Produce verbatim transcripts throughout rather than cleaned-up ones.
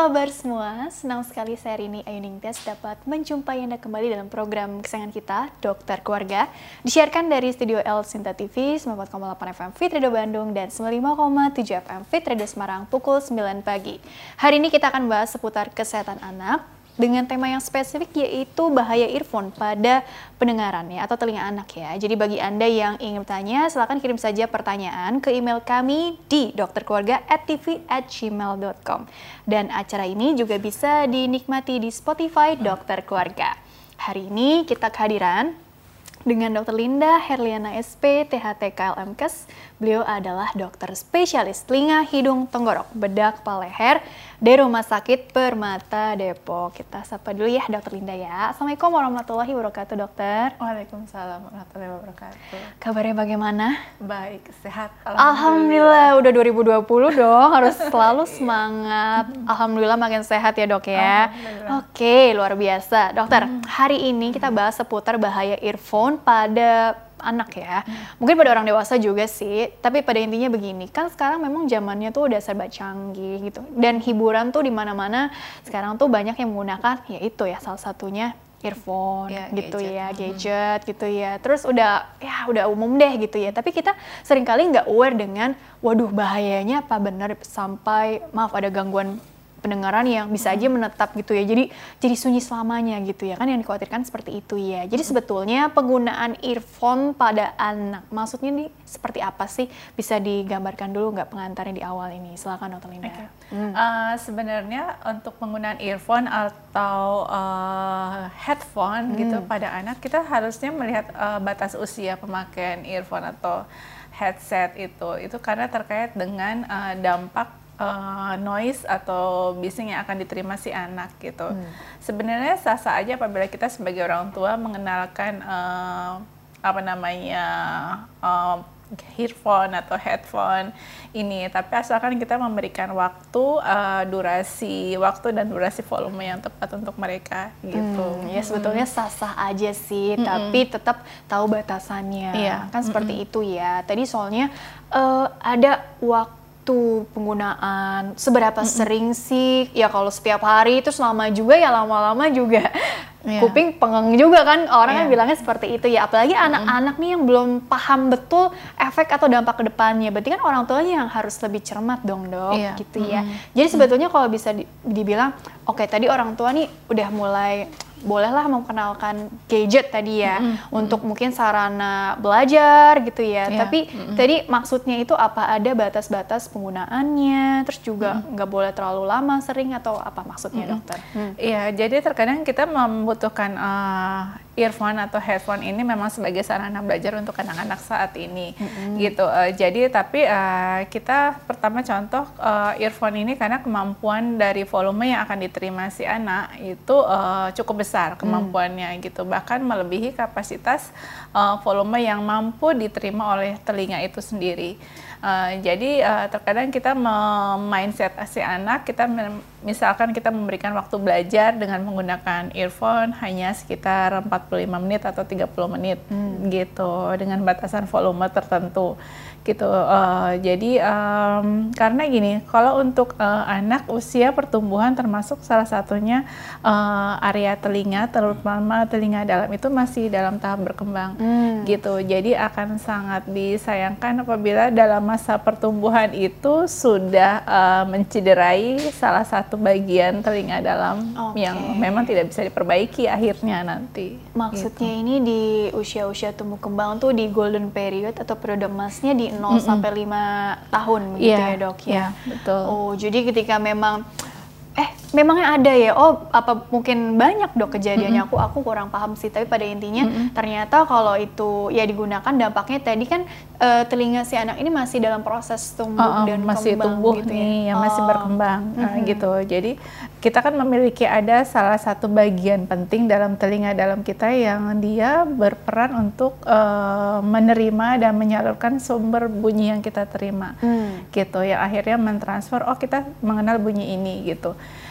kabar semua? Senang sekali saya Rini Ayuningtyas dapat menjumpai Anda kembali dalam program kesayangan kita, Dokter Keluarga. Disiarkan dari Studio L Sinta T V, sembilan puluh empat koma delapan F M Fit Radio Bandung dan sembilan puluh lima koma tujuh F M Fit Radio Semarang pukul sembilan pagi. Hari ini kita akan bahas seputar kesehatan anak dengan tema yang spesifik yaitu bahaya earphone pada pendengaran ya atau telinga anak ya. Jadi bagi Anda yang ingin bertanya, silakan kirim saja pertanyaan ke email kami di dokterkeluarga at t v at gmail dot com. Dan acara ini juga bisa dinikmati di Spotify Dokter Keluarga. Hari ini kita kehadiran dengan Dokter Linda Herliana S P, T H T K L M Kes. Beliau adalah dokter spesialis telinga, hidung, tenggorok, bedak, kepala leher dari Rumah Sakit Permata Depok. Kita sapa dulu ya Dokter Linda ya. Assalamualaikum warahmatullahi wabarakatuh dokter. Waalaikumsalam warahmatullahi wabarakatuh. Kabarnya bagaimana? Baik, sehat. Alhamdulillah. Alhamdulillah, udah dua ribu dua puluh dong, harus selalu semangat. Alhamdulillah makin sehat ya dok ya. Oke, luar biasa. Dokter, hari ini kita bahas seputar bahaya earphone pada anak ya, hmm. mungkin pada orang dewasa juga sih, tapi pada intinya begini, kan sekarang memang zamannya tuh udah serba canggih gitu, dan hiburan tuh di mana-mana sekarang tuh banyak yang menggunakan, ya itu ya salah satunya earphone ya, gitu gadget. ya, gadget hmm. gitu ya, terus udah ya udah umum deh gitu ya, tapi kita seringkali nggak aware dengan, waduh bahayanya apa benar sampai maaf ada gangguan pendengaran yang bisa aja menetap gitu ya, jadi jadi sunyi selamanya gitu ya, kan yang dikhawatirkan seperti itu ya. Jadi sebetulnya penggunaan earphone pada anak, maksudnya nih seperti apa sih? Bisa digambarkan dulu nggak pengantarnya di awal ini? Silakan Dokter Linda. Okay. Hmm. Uh, sebenarnya untuk penggunaan earphone atau uh, headphone hmm. gitu pada anak, kita harusnya melihat uh, batas usia pemakaian earphone atau headset itu, itu karena terkait dengan uh, dampak Uh, noise atau bising yang akan diterima si anak gitu. Hmm. Sebenarnya sah-sah aja apabila kita sebagai orang tua mengenalkan uh, apa namanya uh, earphone atau headphone ini, tapi asalkan kita memberikan waktu, uh, durasi waktu dan durasi volume yang tepat untuk mereka gitu. Hmm, ya sebetulnya sah-sah aja sih, hmm. tapi tetap tahu batasannya. Iya. Kan seperti hmm. itu ya. Tadi soalnya uh, ada waktu tuh penggunaan seberapa mm-mm. sering sih ya, kalau setiap hari itu selama juga ya lama-lama juga yeah. kuping pengeng juga kan orang yeah. kan bilangnya seperti itu ya, apalagi mm-hmm. anak-anak nih yang belum paham betul efek atau dampak kedepannya, berarti kan orang tuanya yang harus lebih cermat dong dok yeah. gitu ya. Mm-hmm. Jadi sebetulnya kalau bisa di, dibilang oke okay, tadi orang tua nih udah mulai bolehlah memperkenalkan gadget tadi ya, mm-hmm. untuk mm-hmm. mungkin sarana belajar gitu ya, yeah. tapi mm-hmm. tadi maksudnya itu apa ada batas-batas penggunaannya, terus juga nggak mm-hmm. boleh terlalu lama sering atau apa maksudnya mm-hmm. dokter? Iya, mm. jadi terkadang kita membutuhkan uh, earphone atau headphone ini memang sebagai sarana belajar untuk anak-anak saat ini mm-hmm. gitu, uh, jadi tapi uh, kita pertama contoh uh, earphone ini karena kemampuan dari volume yang akan diterima si anak itu uh, cukup besar kemampuannya hmm. gitu, bahkan melebihi kapasitas uh, volume yang mampu diterima oleh telinga itu sendiri. Uh, jadi uh, terkadang kita mindset si anak, kita misalkan kita memberikan waktu belajar dengan menggunakan earphone hanya sekitar empat puluh lima menit atau tiga puluh menit hmm. gitu, dengan batasan volume tertentu gitu. Uh, jadi um, karena gini, kalau untuk uh, anak usia pertumbuhan termasuk salah satunya uh, area telinga, terutama telinga dalam itu masih dalam tahap berkembang hmm. gitu. Jadi akan sangat disayangkan apabila dalam masa pertumbuhan itu sudah uh, mencederai salah satu bagian telinga dalam okay. yang memang tidak bisa diperbaiki akhirnya nanti. Maksudnya gitu. ini di usia-usia tumbuh kembang tuh di golden period atau periode emasnya di nol mm-mm. sampai lima tahun gitu yeah. ya dok ya. Yeah, betul. Oh, jadi ketika memang eh memangnya ada ya, oh apa mungkin banyak dok kejadiannya, mm-hmm. aku aku kurang paham sih, tapi pada intinya mm-hmm. ternyata kalau itu ya digunakan dampaknya tadi kan uh, telinga si anak ini masih dalam proses tumbuh oh, oh, dan masih kembang tumbuh gitu nih, ya, yang masih oh. berkembang mm-hmm. nah, gitu. Jadi kita kan memiliki ada salah satu bagian penting dalam telinga dalam kita yang dia berperan untuk uh, menerima dan menyalurkan sumber bunyi yang kita terima, mm. gitu. Yang akhirnya mentransfer, oh kita mengenal bunyi ini gitu.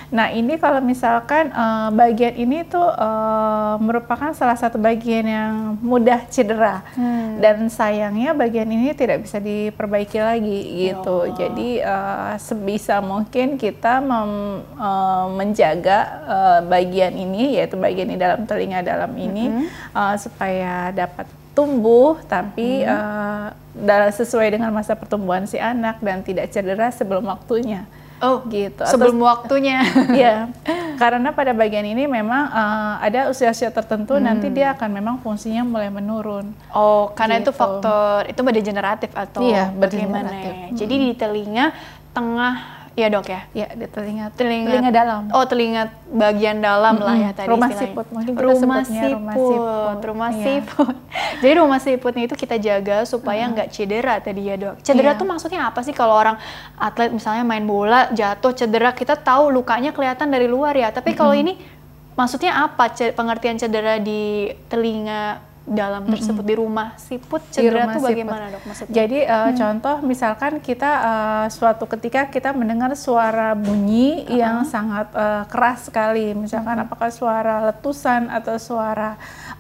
Nah ini kalau misalkan uh, bagian ini tuh uh, merupakan salah satu bagian yang mudah cedera hmm. dan sayangnya bagian ini tidak bisa diperbaiki lagi gitu. Oh. Jadi uh, sebisa mungkin kita mem, uh, menjaga uh, bagian ini, yaitu bagian di dalam telinga dalam ini hmm. uh, supaya dapat tumbuh tapi hmm. uh, sesuai dengan masa pertumbuhan si anak dan tidak cedera sebelum waktunya. Oh, gitu. Sebelum Atau, waktunya. Iya, karena pada bagian ini memang uh, ada usia-usia tertentu hmm. nanti dia akan memang fungsinya mulai menurun. Oh, karena gitu. Itu faktor itu degeneratif atau iya, bagaimana? Hmm. Jadi di telinga tengah. Iya dok ya? Iya, di telinga, telinga telinga dalam. Oh, telinga bagian dalam mm-hmm. lah ya tadi rumah istilahnya. Siput, mungkin kita rumah sebutnya siput. rumah siput. Rumah iya. siput. Jadi rumah siputnya itu kita jaga supaya nggak mm-hmm. cedera tadi ya dok. Cedera yeah. tuh maksudnya apa sih kalau orang atlet misalnya main bola jatuh cedera, kita tahu lukanya kelihatan dari luar ya. Tapi mm-hmm. kalau ini maksudnya apa pengertian cedera di telinga dalam tersebut, mm-hmm. di rumah siput cedera itu bagaimana dok maksudnya? Jadi uh, hmm. contoh misalkan kita uh, suatu ketika kita mendengar suara bunyi uh-huh. yang sangat uh, keras sekali, misalkan uh-huh. apakah suara letusan atau suara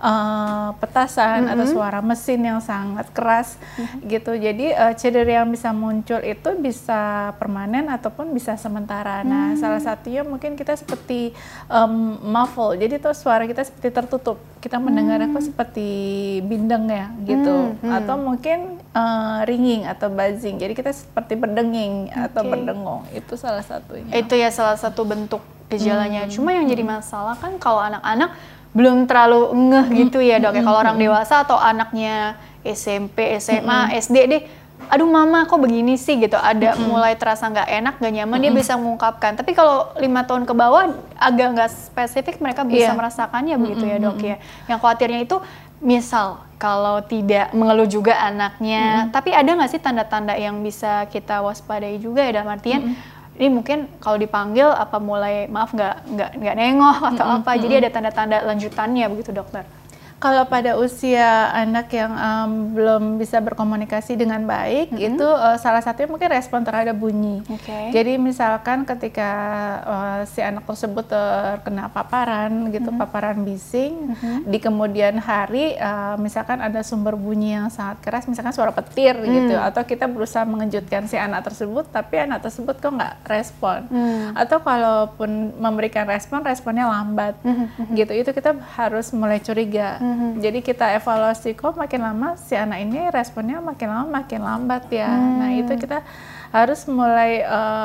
uh, petasan uh-huh. atau suara mesin yang sangat keras uh-huh. gitu. Jadi uh, cedera yang bisa muncul itu bisa permanen ataupun bisa sementara. Nah, hmm. salah satunya mungkin kita seperti um, muffle. Jadi tuh suara kita seperti tertutup. Kita mendengar hmm. aku seperti bindeng ya gitu, hmm, hmm. atau mungkin uh, ringing atau buzzing. Jadi kita seperti berdenging okay. atau berdengung. Itu salah satunya. Itu ya salah satu bentuk gejalanya. Hmm. Cuma yang jadi masalah kan kalau anak-anak belum terlalu ngeh gitu ya dok. Hmm. Ya kalau orang dewasa atau anaknya S M P, S M A, hmm. S D deh. Aduh mama kok begini sih gitu, ada mm-hmm. mulai terasa nggak enak, nggak nyaman, mm-hmm. dia bisa mengungkapkan. Tapi kalau lima tahun ke bawah agak nggak spesifik, mereka bisa yeah. merasakannya begitu mm-hmm. ya dok ya. Yang khawatirnya itu misal kalau tidak mengeluh juga anaknya, mm-hmm. tapi ada nggak sih tanda-tanda yang bisa kita waspadai juga ya dalam artian mm-hmm. ini mungkin kalau dipanggil apa mulai maaf nggak nggak nggak nengok atau mm-hmm. apa, jadi ada tanda-tanda lanjutannya begitu dokter. Kalau pada usia anak yang um, belum bisa berkomunikasi dengan baik, mm-hmm. itu uh, salah satunya mungkin respon terhadap bunyi. Okay. Jadi misalkan ketika uh, si anak tersebut terkena paparan, gitu, mm-hmm. paparan bising, mm-hmm. di kemudian hari, uh, misalkan ada sumber bunyi yang sangat keras, misalkan suara petir, mm. gitu, atau kita berusaha mengejutkan si anak tersebut, tapi anak tersebut kok nggak respon, mm. atau kalaupun memberikan respon, responnya lambat, mm-hmm. gitu, itu kita harus mulai curiga. Mm-hmm. Jadi kita evaluasi kok makin lama si anak ini responnya makin lama makin lambat ya. Hmm. Nah itu kita harus mulai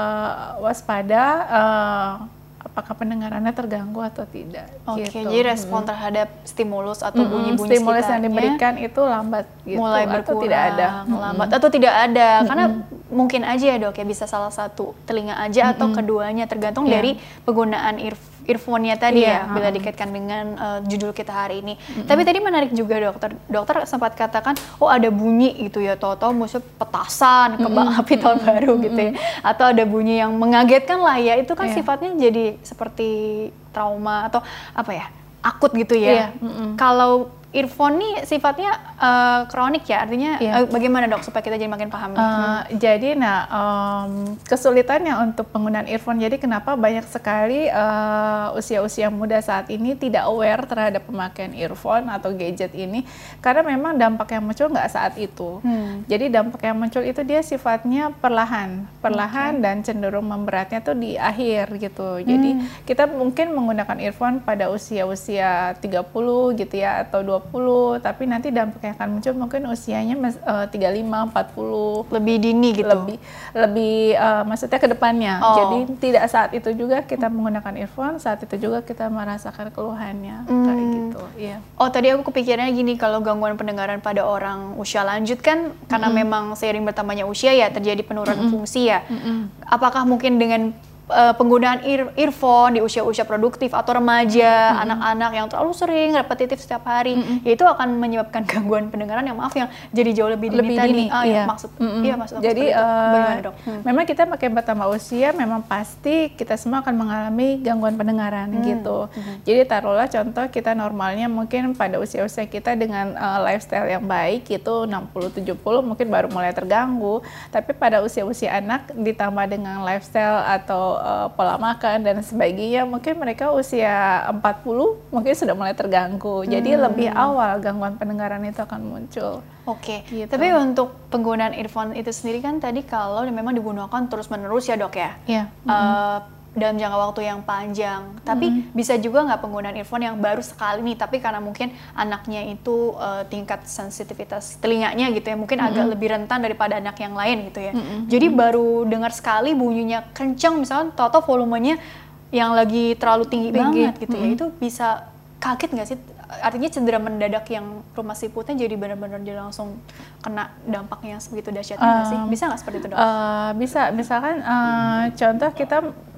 uh, waspada uh, apakah pendengarannya terganggu atau tidak. Oke, gitu. Jadi respon hmm. terhadap stimulus atau hmm, bunyi-bunyi stimulus yang diberikan itu lambat gitu, mulai berkurang, atau tidak ada. Lambat hmm. atau tidak ada. Hmm. Karena mungkin aja ya dok ya bisa salah satu telinga aja hmm. atau keduanya tergantung yeah. dari penggunaan earphone. earphone-nya tadi yeah, ya, bila dikaitkan dengan uh, judul kita hari ini. Mm-hmm. Tapi tadi menarik juga dokter, dokter sempat katakan, oh ada bunyi gitu ya, tahu-tahu musuh petasan, kembang mm-hmm. api tahun baru mm-hmm. gitu ya. Atau ada bunyi yang mengagetkan lah ya, itu kan yeah. sifatnya jadi seperti trauma atau apa ya, akut gitu ya. Yeah. Mm-hmm. Kalau earphone nih sifatnya uh, kronik ya, artinya yeah. uh, bagaimana dok supaya kita jadi makin paham? Uh, hmm. Jadi, nah um, kesulitannya untuk penggunaan earphone. Jadi kenapa banyak sekali uh, usia-usia muda saat ini tidak aware terhadap pemakaian earphone atau gadget ini, karena memang dampak yang muncul nggak saat itu. Hmm. Jadi dampak yang muncul itu dia sifatnya perlahan, perlahan okay. dan cenderung memberatnya tuh di akhir gitu. Jadi hmm. kita mungkin menggunakan earphone pada usia-usia tiga puluh gitu ya atau dua puluh, tapi nanti dampak yang akan muncul mungkin usianya uh, tiga puluh lima, empat puluh, lebih dini gitu, lebih lebih uh, maksudnya ke depannya. Oh. Jadi tidak saat itu juga kita menggunakan earphone, saat itu juga kita merasakan keluhannya hmm. kayak gitu. Iya. Oh tadi aku kepikirannya gini, kalau gangguan pendengaran pada orang usia lanjut kan karena mm-hmm. memang seiring bertambahnya usia ya terjadi penurunan mm-hmm. fungsi ya. Mm-hmm. Apakah mungkin dengan Uh, penggunaan ear, earphone di usia-usia produktif atau remaja, mm-hmm. anak-anak yang terlalu sering repetitif setiap hari, mm-hmm. ya itu akan menyebabkan gangguan pendengaran yang maaf yang jadi jauh lebih dini lebih tadi. Dini, Oh, iya. Ya, maksud, mm-hmm. iya maksud. Jadi uh, bagaimana dok? Hmm. Memang kita pakai bertambah usia, memang pasti kita semua akan mengalami gangguan pendengaran hmm. gitu. Mm-hmm. Jadi taruhlah contoh kita normalnya mungkin pada usia-usia kita dengan uh, lifestyle yang baik itu enam puluh tujuh puluh mungkin baru mulai terganggu, tapi pada usia-usia anak ditambah dengan lifestyle atau uh, pola makan dan sebagainya, mungkin mereka usia empat puluh mungkin sudah mulai terganggu. Hmm. Jadi lebih awal gangguan pendengaran itu akan muncul. Oke, gitu. Tapi untuk penggunaan earphone itu sendiri kan tadi kalau memang digunakan terus-menerus ya dok ya? Iya. Uh, mm-hmm. Dalam jangka waktu yang panjang, tapi hmm. bisa juga nggak penggunaan earphone yang baru sekali nih, tapi karena mungkin anaknya itu uh, tingkat sensitivitas telinganya gitu ya, mungkin hmm. agak lebih rentan daripada anak yang lain gitu ya. Hmm. Jadi baru dengar sekali bunyinya kencang, misalnya tau-tau volumenya yang lagi terlalu tinggi, tinggi. banget gitu hmm. ya, itu bisa kaget nggak sih? Artinya cedera mendadak yang rumah siputnya jadi benar-benar dia langsung kena dampaknya sebegitu dahsyatnya nggak um, sih? Bisa nggak seperti itu dok? Uh, bisa, misalkan uh, contoh kita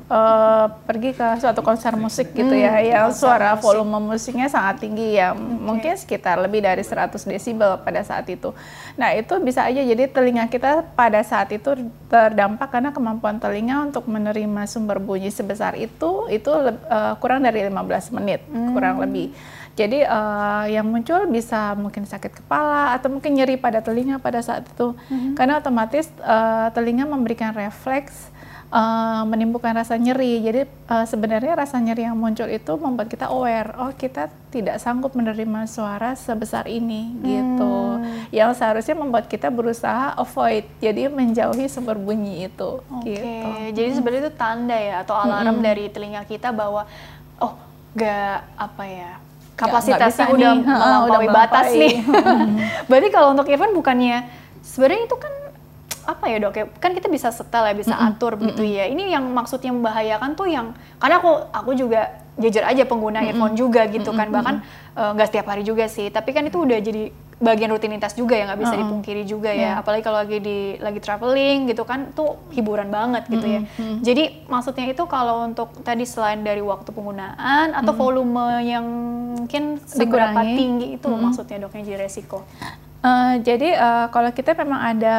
Uh, pergi ke suatu konser musik gitu hmm, ya, yang suara musik. Volume musiknya sangat tinggi ya, okay. mungkin sekitar lebih dari seratus desibel pada saat itu. Nah itu bisa aja jadi telinga kita pada saat itu terdampak karena kemampuan telinga untuk menerima sumber bunyi sebesar itu itu uh, kurang dari lima belas menit, hmm. kurang lebih. Jadi uh, yang muncul bisa mungkin sakit kepala atau mungkin nyeri pada telinga pada saat itu, hmm. karena otomatis uh, telinga memberikan refleks Uh, menimbulkan rasa nyeri. Jadi uh, sebenarnya rasa nyeri yang muncul itu membuat kita aware, oh kita tidak sanggup menerima suara sebesar ini, hmm. gitu. Yang seharusnya membuat kita berusaha avoid, jadi menjauhi sumber bunyi itu. Oke, gitu. Jadi hmm. sebenarnya itu tanda ya atau alarm hmm. dari telinga kita bahwa oh gak apa ya kapasitasnya udah nih. melampaui udah batas nih. Berarti kalau untuk earphone bukannya sebenarnya itu kan apa ya dok ya, kan kita bisa setel ya, bisa mm-hmm. atur begitu mm-hmm. ya. Ini yang maksudnya membahayakan tuh yang, karena aku aku juga jujur aja pengguna mm-hmm. earphone juga gitu mm-hmm. kan, bahkan nggak uh, setiap hari juga sih, tapi kan itu udah jadi bagian rutinitas juga ya, nggak bisa uh-huh. dipungkiri juga ya, yeah. apalagi kalau lagi di lagi traveling gitu kan, tuh hiburan banget gitu mm-hmm. ya. Mm-hmm. Jadi maksudnya itu kalau untuk tadi selain dari waktu penggunaan atau mm-hmm. volume yang mungkin seberapa Dikurangi. tinggi itu mm-hmm. maksudnya doknya jadi resiko. Uh, jadi uh, kalau kita memang ada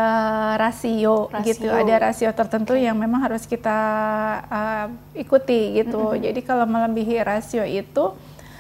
rasio, rasio gitu, ada rasio tertentu okay. yang memang harus kita uh, ikuti gitu. Mm-hmm. Jadi kalau melebihi rasio itu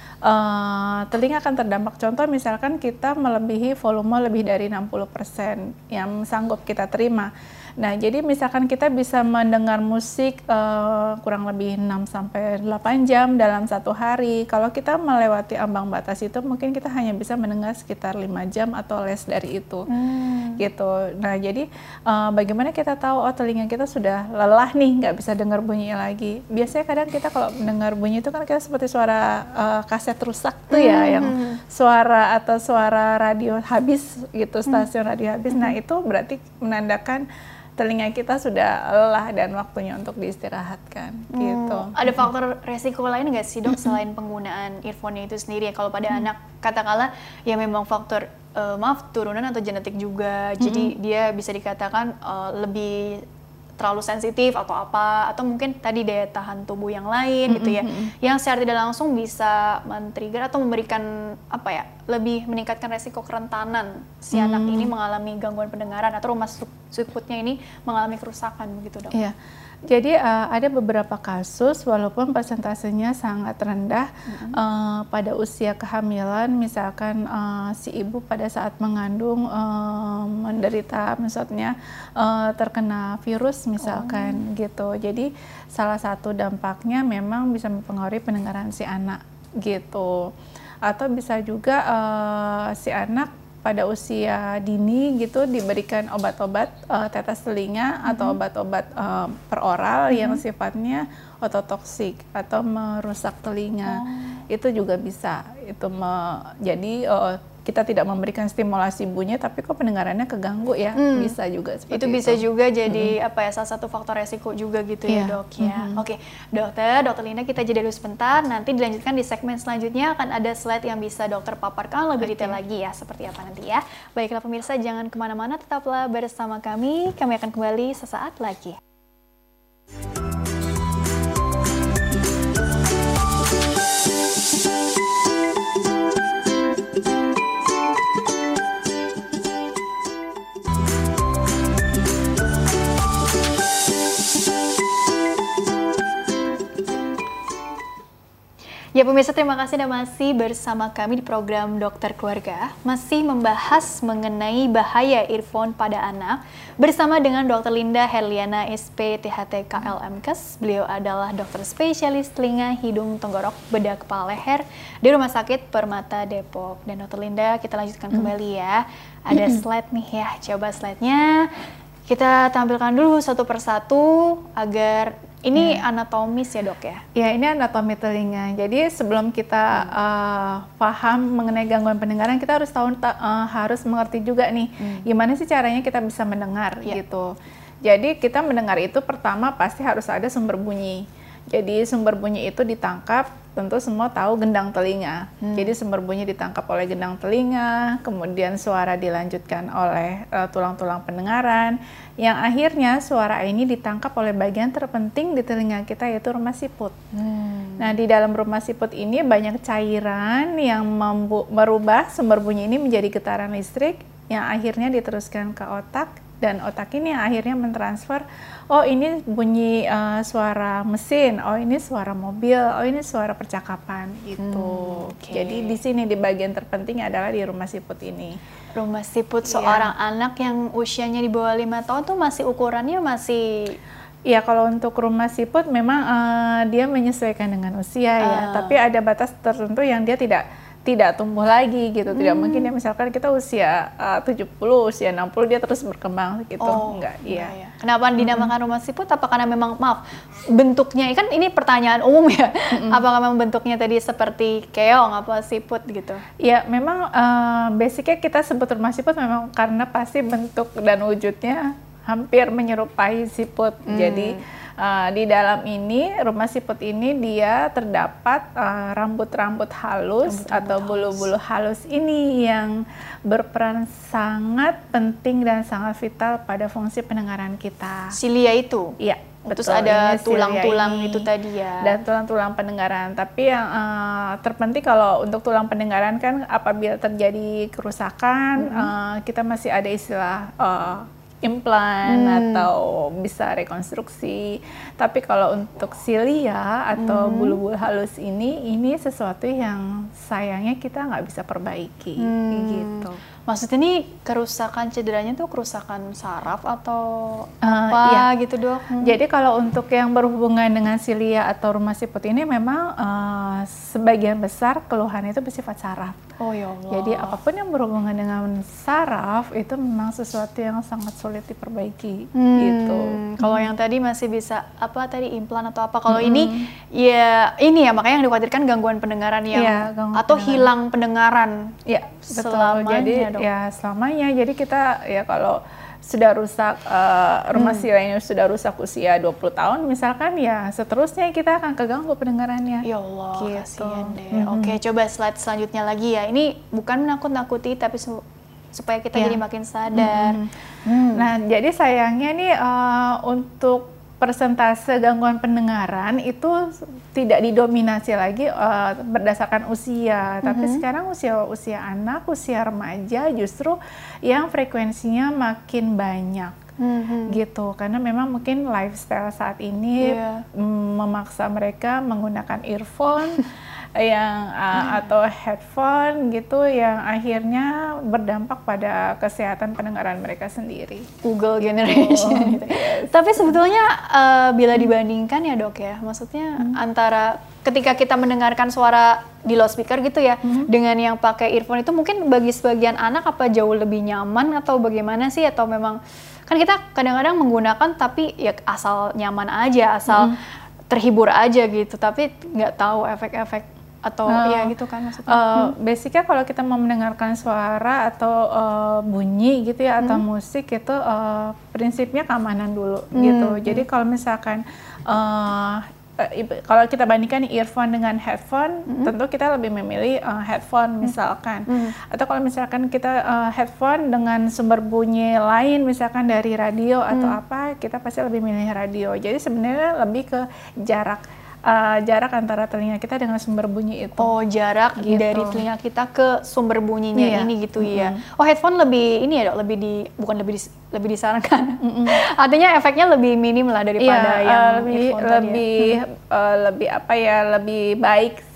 uh, telinga akan terdampak. Contoh misalkan kita melebihi volume lebih dari enam puluh persen yang sanggup kita terima. Nah, jadi misalkan kita bisa mendengar musik uh, kurang lebih enam sampai delapan jam dalam satu hari. Kalau kita melewati ambang batas itu, mungkin kita hanya bisa mendengar sekitar lima jam atau less dari itu. Hmm. Gitu. Nah, jadi uh, bagaimana kita tahu, oh telinga kita sudah lelah nih, nggak bisa dengar bunyi lagi. Biasanya kadang kita kalau mendengar bunyi itu kan kita seperti suara uh, kaset rusak tuh hmm. ya, yang suara atau suara radio habis gitu, stasiun hmm. radio habis. Nah, itu berarti menandakan telinga kita sudah lelah dan waktunya untuk diistirahatkan, hmm, gitu. Ada faktor resiko lain nggak sih dok selain penggunaan earphone itu sendiri ya? Kalau pada hmm. anak katakanlah ya memang faktor uh, maaf turunan atau genetik juga, hmm. jadi dia bisa dikatakan uh, lebih terlalu sensitif atau apa, atau mungkin tadi daya tahan tubuh yang lain mm-hmm. gitu ya, yang secara tidak langsung bisa men-trigger atau memberikan apa ya, lebih meningkatkan resiko kerentanan si mm. anak ini mengalami gangguan pendengaran atau rumah siputnya ini mengalami kerusakan begitu dok. Iya. Jadi uh, ada beberapa kasus walaupun persentasenya sangat rendah mm-hmm. uh, pada usia kehamilan, misalkan uh, si ibu pada saat mengandung uh, menderita misalnya uh, terkena virus misalkan oh. gitu. Jadi salah satu dampaknya memang bisa mempengaruhi pendengaran si anak gitu. Atau bisa juga uh, si anak pada usia dini gitu diberikan obat-obat uh, tetes telinga mm-hmm. atau obat-obat uh, peroral mm-hmm. yang sifatnya ototoksik atau merusak telinga. Oh. Itu juga bisa itu me, jadi uh, kita tidak memberikan stimulasi bunyi tapi kok pendengarannya keganggu ya, hmm. bisa juga seperti itu. Itu bisa juga jadi hmm. apa ya, salah satu faktor resiko juga gitu yeah. ya dok ya. Hmm. Oke, dokter, dokter Linda kita jeda dulu sebentar, nanti dilanjutkan di segmen selanjutnya akan ada slide yang bisa dokter paparkan lebih okay. detail lagi ya, seperti apa nanti ya. Baiklah pemirsa, jangan kemana-mana, tetaplah bersama kami, kami akan kembali sesaat lagi. Ya pemirsa, terima kasih Anda masih bersama kami di program Dokter Keluarga, masih membahas mengenai bahaya earphone pada anak bersama dengan Dokter Linda Herliana S P T H T K L M K E S. Beliau adalah dokter spesialis telinga, hidung, tenggorok, bedah kepala leher di Rumah Sakit Permata Depok. Dan Dokter Linda, kita lanjutkan hmm. kembali ya. Ada slide nih ya, coba slide-nya kita tampilkan dulu satu persatu agar ini hmm. anatomis ya dok ya? Ya, ini anatomi telinga. Jadi sebelum kita hmm. uh, paham mengenai gangguan pendengaran, kita harus tahu uh, harus mengerti juga nih hmm. gimana sih caranya kita bisa mendengar yeah. gitu. Jadi kita mendengar itu pertama pasti harus ada sumber bunyi. Jadi sumber bunyi itu ditangkap, tentu semua tahu gendang telinga. Hmm. Jadi sumber bunyi ditangkap oleh gendang telinga, kemudian suara dilanjutkan oleh uh, tulang-tulang pendengaran, yang akhirnya suara ini ditangkap oleh bagian terpenting di telinga kita, yaitu rumah siput. Hmm. Nah, di dalam rumah siput ini banyak cairan yang merubah sumber bunyi ini menjadi getaran listrik, yang akhirnya diteruskan ke otak. Dan otak ini akhirnya mentransfer, oh ini bunyi uh, suara mesin, oh ini suara mobil, oh ini suara percakapan gitu. Hmm, okay. Jadi di sini di bagian terpenting adalah di rumah siput ini. Rumah siput seorang yeah. anak yang usianya di bawah lima tahun tuh masih ukurannya masih... Ya, kalau untuk rumah siput memang uh, dia menyesuaikan dengan usia ya, uh. tapi ada batas tertentu yang dia tidak tidak tumbuh lagi gitu. Tidak hmm. mungkin ya misalkan kita usia uh, tujuh puluh, usia enam puluh dia terus berkembang gitu. Oh, enggak, iya. iya. Kenapa dinamakan hmm. rumah siput? Apa karena memang maaf bentuknya, kan ini pertanyaan umum ya. Hmm. Apakah memang bentuknya tadi seperti keong apa siput gitu? Ya, memang uh, basicnya kita sebut rumah siput memang karena pasti bentuk dan wujudnya hampir menyerupai siput. Hmm. Jadi Uh, di dalam ini, rumah siput ini dia terdapat uh, rambut-rambut halus rambut -rambut atau bulu-bulu halus. halus ini yang berperan sangat penting dan sangat vital pada fungsi pendengaran kita. Silia itu? Iya. Terus ada tulang-tulang itu tadi ya? Dan tulang-tulang pendengaran. Tapi yang uh, terpenting kalau untuk tulang pendengaran kan apabila terjadi kerusakan, mm-hmm. uh, kita masih ada istilah uh, implan hmm. atau bisa rekonstruksi. Tapi kalau untuk silia atau hmm. bulu-bulu halus ini, ini sesuatu yang sayangnya kita nggak bisa perbaiki, hmm. gitu. Maksudnya ini kerusakan cederanya tuh kerusakan saraf atau uh, apa iya. gitu dok? Hmm. Jadi kalau untuk yang berhubungan dengan silia atau rumah siput ini memang uh, sebagian besar keluhan itu bersifat saraf. Oh ya Allah. Jadi apapun yang berhubungan dengan saraf itu memang sesuatu yang sangat sulit diperbaiki hmm. gitu. Kalau hmm. yang tadi masih bisa apa tadi implan atau apa? Kalau hmm. ini ya ini ya makanya yang dikhawatirkan gangguan pendengaran yang ya, gangguan atau pendengaran. hilang pendengaran. Ya betul. Selamanya, jadi dok. ya selamanya. Jadi kita ya kalau sudah rusak uh, rumah hmm. silianya sudah rusak usia dua puluh tahun misalkan, ya seterusnya kita akan keganggu pendengarannya. Ya Allah, gitu. kasihan deh. Mm-hmm. Oke, coba slide selanjutnya lagi ya. Ini bukan menakut-nakuti tapi su- supaya kita ya. jadi makin sadar. Mm-hmm. hmm. Nah, jadi sayangnya nih uh, untuk persentase gangguan pendengaran itu tidak didominasi lagi uh, berdasarkan usia, mm-hmm. tapi sekarang usia-usia anak, usia remaja justru yang frekuensinya makin banyak. Mm-hmm. gitu, karena memang mungkin lifestyle saat ini yeah. memaksa mereka menggunakan earphone yang uh, atau headphone gitu, yang akhirnya berdampak pada kesehatan pendengaran mereka sendiri. Google gitu. Generation. Gitu. Yes. Tapi sebetulnya uh, bila dibandingkan ya dok ya, maksudnya hmm. antara ketika kita mendengarkan suara di loudspeaker gitu ya, hmm. dengan yang pakai earphone itu mungkin bagi sebagian anak apa jauh lebih nyaman atau bagaimana sih, atau memang kan kita kadang-kadang menggunakan tapi ya asal nyaman aja, asal hmm. terhibur aja gitu, tapi nggak tahu efek-efek atau uh, ya gitu kan maksudnya. Uh, hmm. Basicnya kalau kita mau mendengarkan suara atau uh, bunyi gitu ya, hmm. atau musik itu uh, prinsipnya keamanan dulu hmm. gitu. Jadi kalau misalkan uh, kalau kita bandingkan earphone dengan headphone, mm-hmm. tentu kita lebih memilih uh, headphone misalkan. Mm-hmm. Atau kalau misalkan kita uh, headphone dengan sumber bunyi lain, misalkan dari radio mm-hmm. atau apa, kita pasti lebih milih radio. Jadi sebenarnya lebih ke jarak. Uh, jarak antara telinga kita dengan sumber bunyi itu. Oh, jarak gitu. Dari telinga kita ke sumber bunyinya iya. ini gitu mm-hmm. ya. Oh, headphone lebih ini ya dok, lebih di bukan lebih di, lebih disarankan. Mm-hmm. Artinya efeknya lebih minim lah daripada iya, yang uh, lebih lebih ya. uh, lebih apa ya, lebih baik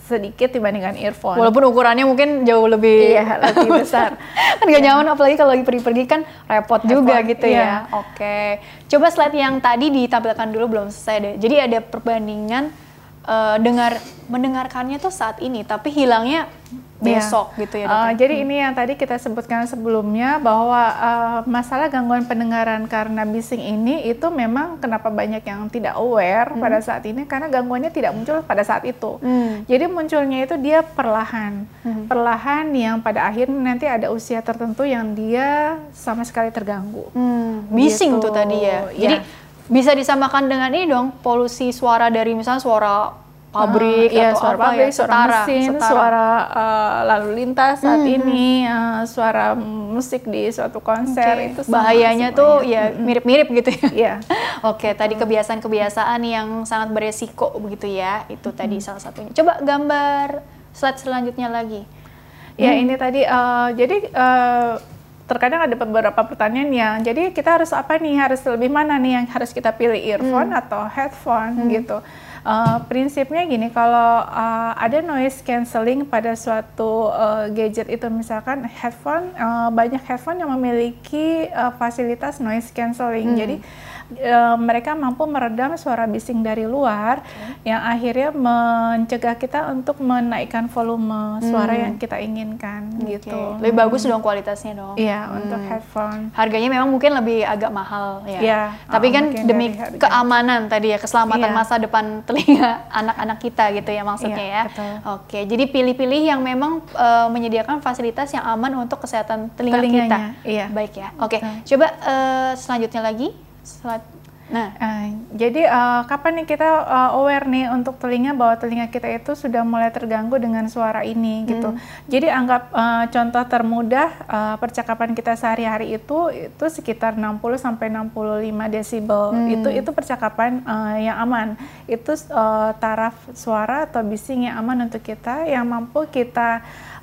sedikit dibandingkan earphone. Walaupun ukurannya mungkin jauh lebih iya, lebih besar. Kan gak yeah. nyaman, apalagi kalau lagi pergi-pergi kan repot Headphone, juga gitu iya. ya. Oke, coba slide yang tadi ditampilkan dulu, belum selesai deh. Jadi ada perbandingan uh, dengar mendengarkannya tuh saat ini, tapi hilangnya besok yeah. gitu ya. Uh, jadi hmm. ini yang tadi kita sebutkan sebelumnya bahwa uh, masalah gangguan pendengaran karena bising ini itu memang kenapa banyak yang tidak aware hmm. pada saat ini, karena gangguannya tidak muncul pada saat itu. Hmm. Jadi munculnya itu dia perlahan, hmm. perlahan yang pada akhirnya nanti ada usia tertentu yang dia sama sekali terganggu. Hmm. Bising gitu. Tuh tadi ya. Yeah. Jadi bisa disamakan dengan ini dong, polusi suara dari misalnya suara pabrik uh, iya, atau suara apa pabrik, ya, suara setara, mesin, setara. suara uh, lalu lintas saat mm-hmm. ini, uh, suara musik di suatu konser okay. itu bahayanya tuh ya mm-hmm. mirip-mirip gitu ya. Yeah. Oke, okay, tadi kebiasaan-kebiasaan yang sangat beresiko begitu ya, itu mm-hmm. tadi salah satunya. Coba gambar slide selanjutnya lagi. Ya hmm. ini tadi, uh, jadi uh, terkadang ada beberapa pertanyaan yang, jadi kita harus apa nih, harus lebih mana nih yang harus kita pilih, earphone hmm. atau headphone hmm. gitu. Uh, prinsipnya gini, kalau uh, ada noise cancelling pada suatu uh, gadget itu, misalkan headphone, uh, banyak headphone yang memiliki uh, fasilitas noise cancelling. Hmm. Jadi uh, mereka mampu meredam suara bising dari luar, okay. yang akhirnya mencegah kita untuk menaikkan volume suara hmm. yang kita inginkan, okay. gitu. Lebih bagus dong kualitasnya dong. Iya, hmm. untuk headphone. Harganya memang mungkin lebih agak mahal ya. Yeah, tapi uh, kan demi keamanan tadi ya, keselamatan yeah. masa depan telinga anak-anak kita gitu ya maksudnya yeah, ya. Betul. Oke, jadi pilih-pilih yang memang uh, menyediakan fasilitas yang aman untuk kesehatan telinga Telinganya, kita. Iya. Baik ya. Oke, coba uh, selanjutnya lagi. Selat Nah, uh, jadi uh, kapan nih kita uh, aware nih untuk telinga, bahwa telinga kita itu sudah mulai terganggu dengan suara ini gitu. Hmm. Jadi anggap uh, contoh termudah, uh, percakapan kita sehari-hari itu itu sekitar enam puluh sampai enam puluh lima desibel. Hmm. Itu itu percakapan uh, yang aman. Itu uh, taraf suara atau bising yang aman untuk kita, yang mampu kita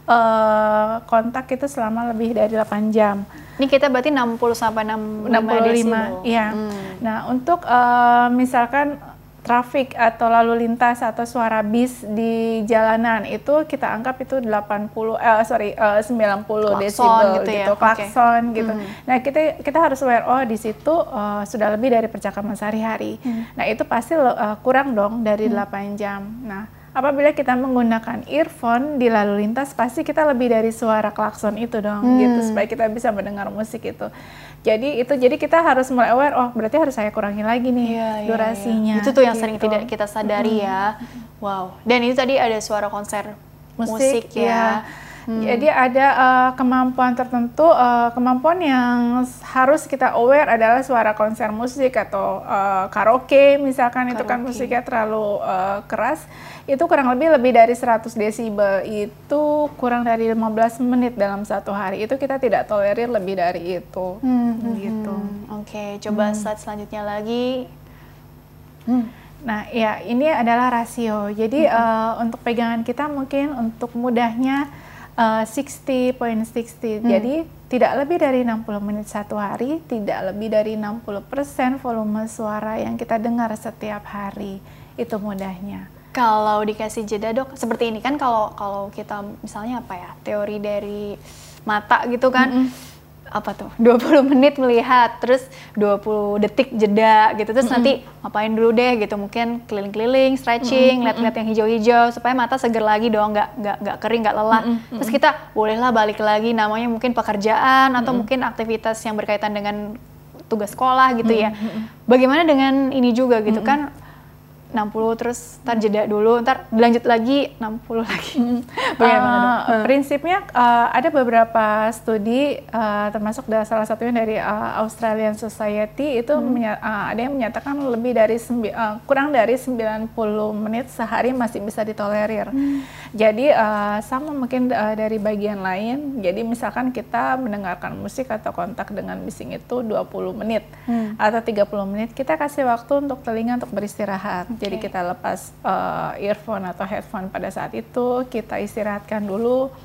uh, kontak itu selama lebih dari delapan jam. Ini kita berarti enam puluh sampai enam puluh lima desibel. Iya. Hmm. Nah, untuk uh, misalkan trafik atau lalu lintas atau suara bis di jalanan, itu kita anggap itu delapan puluh eh sorry uh, sembilan puluh desibel gitu, gitu. Ya? Klakson okay. gitu. Hmm. Nah, kita kita harus aware, oh di situ uh, sudah lebih dari percakapan sehari-hari. Hmm. Nah, itu pasti uh, kurang dong dari hmm. delapan jam. Nah, apabila kita menggunakan earphone di lalu lintas, pasti kita lebih dari suara klakson itu dong, hmm. gitu, supaya kita bisa mendengar musik itu. Jadi itu, jadi kita harus mulai aware, oh berarti harus saya kurangi lagi nih yeah, durasinya. Yeah, yeah. Itu tuh yang gitu. sering tidak kita sadari hmm. ya. Wow. Dan itu tadi ada suara konser musik, musik ya. ya. Hmm. Jadi ada uh, kemampuan tertentu, uh, kemampuan yang harus kita aware adalah suara konser musik atau uh, karaoke misalkan, karaoke. Itu kan musiknya terlalu uh, keras, itu kurang lebih lebih dari seratus desibel, itu kurang dari lima belas menit dalam satu hari, itu kita tidak tolerir lebih dari itu. Hmm. Gitu. Hmm. Oke, okay, coba hmm. slide selanjutnya lagi. Hmm. Nah, ya ini adalah rasio. Jadi hmm. uh, untuk pegangan kita mungkin untuk mudahnya Uh, enam puluh enam puluh. Hmm. Jadi tidak lebih dari enam puluh menit satu hari, tidak lebih dari enam puluh persen volume suara yang kita dengar setiap hari. Itu mudahnya. Kalau dikasih jeda dok, seperti ini kan, kalau kalau kita misalnya apa ya, teori dari mata gitu kan, mm-hmm. apa tuh, dua puluh menit melihat, terus dua puluh detik jeda gitu, terus mm-hmm. nanti ngapain dulu deh gitu, mungkin keliling-keliling, stretching, mm-hmm. lihat-lihat yang hijau-hijau supaya mata seger lagi dong, nggak nggak nggak kering, nggak lelah. Mm-hmm. Terus kita bolehlah balik lagi, namanya mungkin pekerjaan atau mm-hmm. mungkin aktivitas yang berkaitan dengan tugas sekolah gitu ya. Mm-hmm. Bagaimana dengan ini juga gitu mm-hmm. kan, enam puluh terus ntar jeda dulu, ntar dilanjut lagi enam puluh lagi. Hmm. Bagaimana uh, hmm. Prinsipnya uh, ada beberapa studi, uh, termasuk dari salah satunya dari uh, Australian Society, itu hmm. menya- uh, ada yang menyatakan lebih dari sembi- uh, kurang dari sembilan puluh menit sehari masih bisa ditolerir. Hmm. Jadi uh, sama mungkin uh, dari bagian lain, jadi misalkan kita mendengarkan musik atau kontak dengan bising itu dua puluh menit hmm. atau tiga puluh menit, kita kasih waktu untuk telinga untuk beristirahat. Jadi kita lepas uh, earphone atau headphone pada saat itu, kita istirahatkan dulu.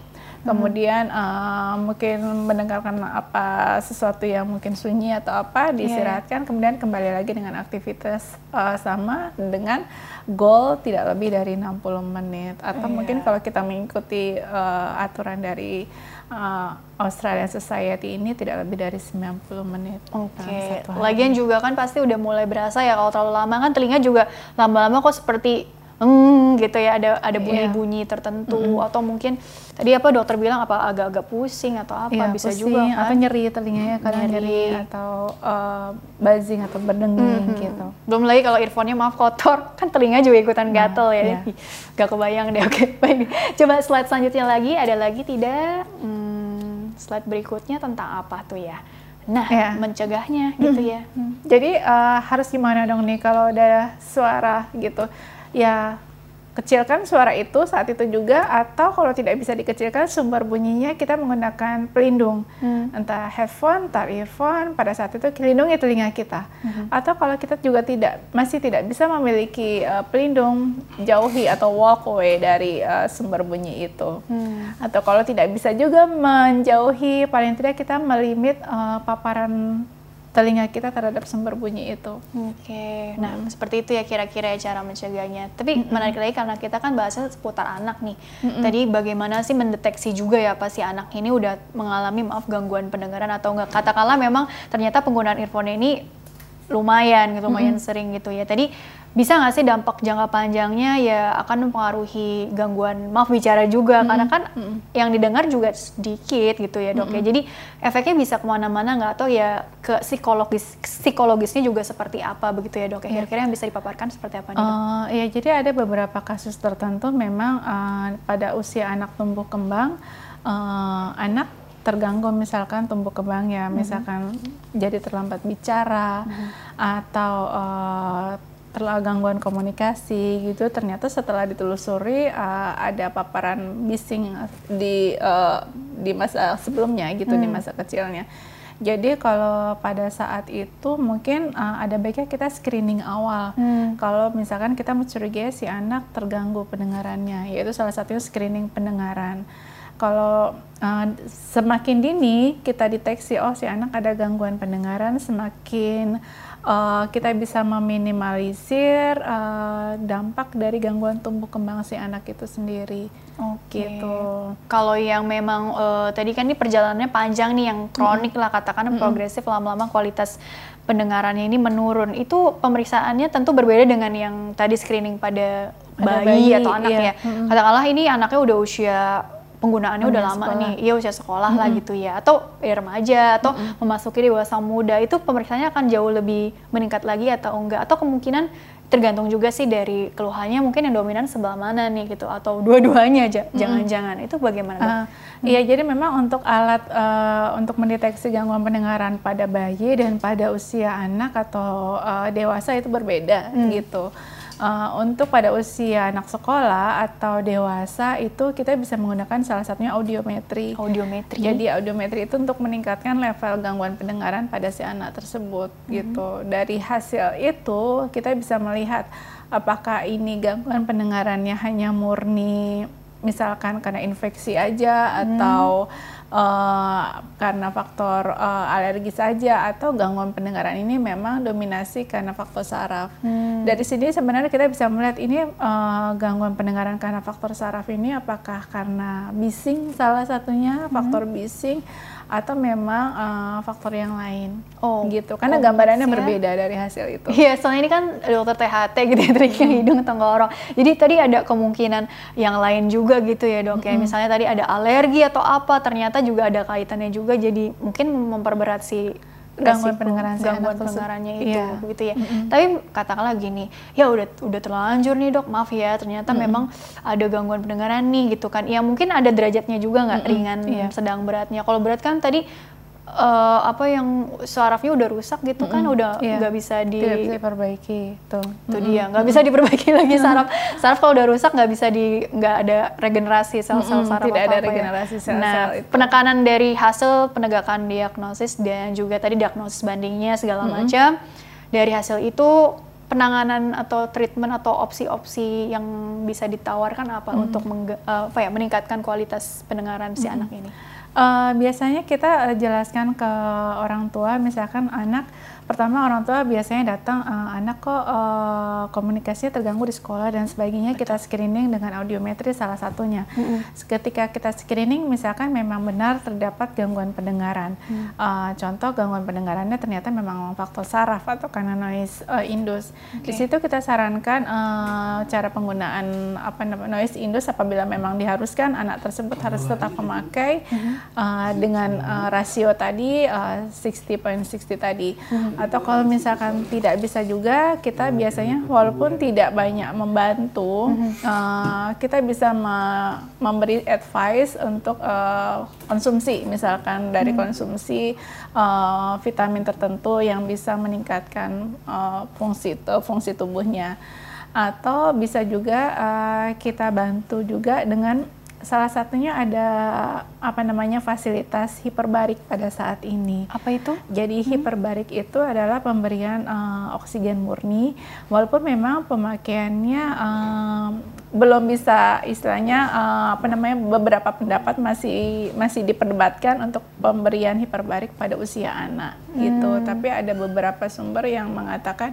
kemudian uh, mungkin mendengarkan apa sesuatu yang mungkin sunyi atau apa, diistirahatkan, yeah. kemudian kembali lagi dengan aktivitas uh, sama dengan goal tidak lebih dari enam puluh menit. Atau yeah. mungkin kalau kita mengikuti uh, aturan dari uh, Australian Society ini tidak lebih dari sembilan puluh menit. Oke. Okay. Lagian juga kan pasti udah mulai berasa ya kalau terlalu lama kan telinga juga lama-lama kok seperti hmm gitu ya, ada ada bunyi-bunyi yeah. tertentu, mm-hmm. atau mungkin tadi apa dokter bilang apa agak-agak pusing atau apa, yeah, bisa pusing, juga kan, atau nyeri telinganya kadang nyeri, atau uh, buzzing atau berdenging mm-hmm. gitu. Belum lagi kalau earphone-nya maaf kotor kan telinga juga ikutan nah, gatel ya. Yeah. Gak kebayang deh. Oke, baik. Coba slide selanjutnya lagi, ada lagi tidak? Hmm, slide berikutnya tentang apa tuh ya? Nah, yeah. mencegahnya gitu mm-hmm. ya. Jadi uh, harus gimana dong nih kalau ada suara gitu? Ya kecilkan suara itu saat itu juga, atau kalau tidak bisa dikecilkan sumber bunyinya kita menggunakan pelindung, hmm. entah headphone, entah earphone, pada saat itu lindungi telinga kita. Hmm. Atau kalau kita juga tidak masih tidak bisa memiliki uh, pelindung, jauhi atau walk away dari uh, sumber bunyi itu. Hmm. Atau kalau tidak bisa juga menjauhi, paling tidak kita melimit uh, paparan telinga kita terhadap sumber bunyi itu. Oke, okay. Nah hmm. seperti itu ya kira-kira ya cara mencegahnya. Tapi hmm. menarik lagi karena kita kan bahasnya seputar anak nih. Hmm. Tadi bagaimana sih mendeteksi juga ya apa si anak ini udah mengalami maaf gangguan pendengaran atau enggak. Katakanlah memang ternyata penggunaan earphone ini lumayan gitu, lumayan hmm. sering gitu ya. Tadi bisa nggak sih dampak jangka panjangnya ya akan mempengaruhi gangguan maaf bicara juga, hmm. karena kan hmm. yang didengar juga sedikit gitu ya dok hmm. ya. Jadi efeknya bisa kemana-mana nggak, atau ya ke psikologis psikologisnya juga seperti apa begitu ya dok ya. Kira-kira yang bisa dipaparkan seperti apa nih dok? Uh, ya jadi ada beberapa kasus tertentu memang uh, pada usia anak tumbuh kembang, uh, anak terganggu misalkan tumbuh kembangnya, misalkan mm-hmm. jadi terlambat bicara mm-hmm. atau uh, terlalu gangguan komunikasi gitu. Ternyata setelah ditelusuri uh, ada paparan bising di uh, di masa sebelumnya gitu, mm. di masa kecilnya. Jadi kalau pada saat itu mungkin uh, ada baiknya kita screening awal. Hmm. Kalau misalkan kita mencurigai si anak terganggu pendengarannya, yaitu salah satunya screening pendengaran. Kalau uh, semakin dini kita deteksi oh si anak ada gangguan pendengaran, semakin uh, kita bisa meminimalisir uh, dampak dari gangguan tumbuh kembang si anak itu sendiri. Oke. Gitu. Kalau yang memang uh, tadi kan ini perjalanannya panjang nih, yang kronik mm-hmm. lah katakan mm-hmm. progresif, lama-lama kualitas pendengarannya ini menurun. Itu pemeriksaannya tentu berbeda dengan yang tadi screening pada bayi, bayi atau anak iya. ya. Mm-hmm. Katakanlah ini anaknya udah usia penggunaannya udah lama sekolah. nih, iya usia sekolah mm-hmm. lah gitu ya, atau ya remaja, atau mm-hmm. memasuki dewasa muda, itu pemeriksaannya akan jauh lebih meningkat lagi atau enggak, atau kemungkinan tergantung juga sih dari keluhannya, mungkin yang dominan sebelah mana nih gitu, atau dua-duanya aja, mm-hmm. jangan-jangan, itu bagaimana dok? Iya, uh, hmm. jadi memang untuk alat uh, untuk mendeteksi gangguan pendengaran pada bayi dan pada usia anak atau uh, dewasa itu berbeda mm. gitu. Uh, untuk pada usia anak sekolah atau dewasa itu kita bisa menggunakan salah satunya audiometri. Audiometri. Jadi audiometri itu untuk meningkatkan level gangguan pendengaran pada si anak tersebut mm-hmm. gitu. Dari hasil itu kita bisa melihat apakah ini gangguan pendengarannya hanya murni misalkan karena infeksi aja hmm. atau uh, karena faktor uh, alergis saja, atau gangguan pendengaran ini memang dominasi karena faktor saraf. Hmm. Dari sini sebenarnya kita bisa melihat ini uh, gangguan pendengaran karena faktor saraf ini apakah karena bising salah satunya, faktor hmm. bising, atau memang uh, faktor yang lain. Oh, gitu. Karena oh, gambarannya ya. berbeda dari hasil itu. Iya, soalnya ini kan dokter T H T gitu ya, telinga, hmm. hidung, tenggorok. Jadi tadi ada kemungkinan yang lain juga gitu ya dok. Hmm. Ya misalnya tadi ada alergi atau apa, ternyata juga ada kaitannya juga. Jadi mungkin memperberat si gangguan pendengaran gangguan pendengarannya itu yeah. begitu ya. Mm-hmm. Tapi katakanlah gini, ya udah udah terlanjur nih dok, maaf ya ternyata mm-hmm. memang ada gangguan pendengaran nih gitu kan. Ya mungkin ada derajatnya juga nggak, mm-hmm. ringan, yeah. sedang, beratnya. Kalau berat kan tadi uh, apa yang sarafnya udah rusak gitu mm-hmm. kan, udah nggak yeah. bisa di tidak bisa diperbaiki tuh. Itu mm-hmm. dia nggak bisa diperbaiki lagi saraf. Saraf kalau udah rusak nggak bisa di nggak ada regenerasi sel-sel mm-hmm. saraf. Tidak apa-apa ada regenerasi ya. sel-sel. Nah, itu. Penekanan dari hasil penegakan diagnosis dan juga tadi diagnosis bandingnya segala mm-hmm. macam, dari hasil itu penanganan atau treatment atau opsi-opsi yang bisa ditawarkan apa hmm. untuk mengge, uh, apa ya, meningkatkan kualitas pendengaran si hmm. anak ini? Uh, biasanya kita uh, jelaskan ke orang tua, misalkan anak, pertama orang tua biasanya datang, uh, anak kok uh, komunikasinya terganggu di sekolah dan sebagainya. Betul. Kita screening dengan audiometri salah satunya. Mm-hmm. Ketika kita screening misalkan memang benar terdapat gangguan pendengaran. Mm. Uh, contoh gangguan pendengarannya ternyata memang faktor saraf atau karena noise uh, indus. Okay. Di situ kita sarankan uh, cara penggunaan apa namanya noise indus apabila memang diharuskan anak tersebut harus tetap memakai mm-hmm. uh, dengan uh, rasio tadi uh, enam puluh koma enam puluh tadi. Mm-hmm. Atau kalau misalkan tidak bisa juga, kita biasanya walaupun tidak banyak membantu, mm-hmm. uh, kita bisa me- memberi advice untuk uh, konsumsi, misalkan dari mm-hmm. konsumsi uh, vitamin tertentu yang bisa meningkatkan uh, fungsi uh, fungsi tubuhnya. Atau bisa juga uh, kita bantu juga dengan salah satunya ada apa namanya fasilitas hiperbarik pada saat ini. Apa itu? Jadi hmm. hiperbarik itu adalah pemberian uh, oksigen murni, walaupun memang pemakaiannya uh, belum bisa istilahnya uh, apa namanya beberapa pendapat masih masih diperdebatkan untuk pemberian hiperbarik pada usia anak hmm. gitu. Tapi ada beberapa sumber yang mengatakan